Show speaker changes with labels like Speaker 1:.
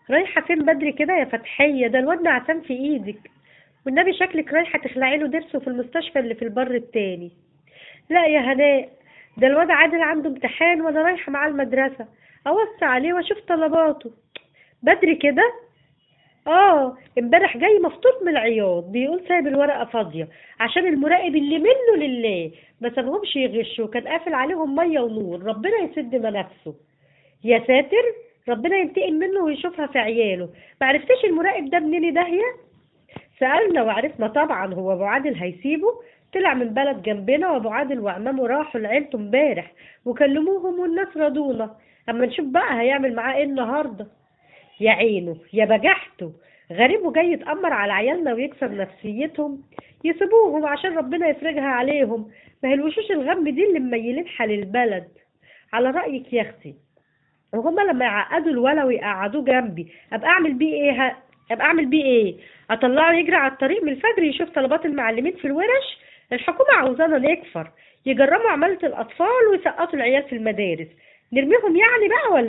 Speaker 1: رايحة فين بدري كده يا فتحية؟ ده الواد نعسان في ايدك. والنبي شكلك رايحة تخلعي له ضرسه في المستشفى اللي في البر التاني. لا يا هناء، ده الواد عادل عنده امتحان وانا رايحة معاه المدرسة اوصي عليه واشوف طلباته. بدري كده؟ اه، امبارح جاي مفطور من العياط بيقول سايب الورقة فاضية عشان المراقب اللي منه لله ما سابهمش يغشوا وكان قافل عليهم مية ونور، ربنا يسد منافسه. يا ساتر، ربنا ينتقم منه ويشوفها في عياله. معرفتش المراقب ده منين داهية؟ سألنا وعرفنا طبعا، هو ابو عادل هيسيبه؟ طلع من بلد جنبنا وابو عادل وعمامه راحوا لعيلته امبارح وكلموهم والناس رضونا. اما نشوف بقى هيعمل معاه ايه النهارده. يا عينه يا بجحته، غريب وجاي يتأمر على عيالنا ويكسر نفسيتهم. يسيبوهم عشان ربنا يفرجها عليهم، ما هي الوشوش الغم دي اللي مميلين حال البلد. على رأيك يا اختي، وهما لما يعقدوا الولا ويقعدوه جنبي ابقى اعمل بيه ايه؟ ابقى اعمل بيه ايه؟ اطلعه يجري على الطريق من الفجر يشوف طلبات المعلمين في الورش؟ الحكومة عاوزانا نكفر. يجرموا عمالة الاطفال ويسقطوا العيال في المدارس، نرميهم يعني بقى ولا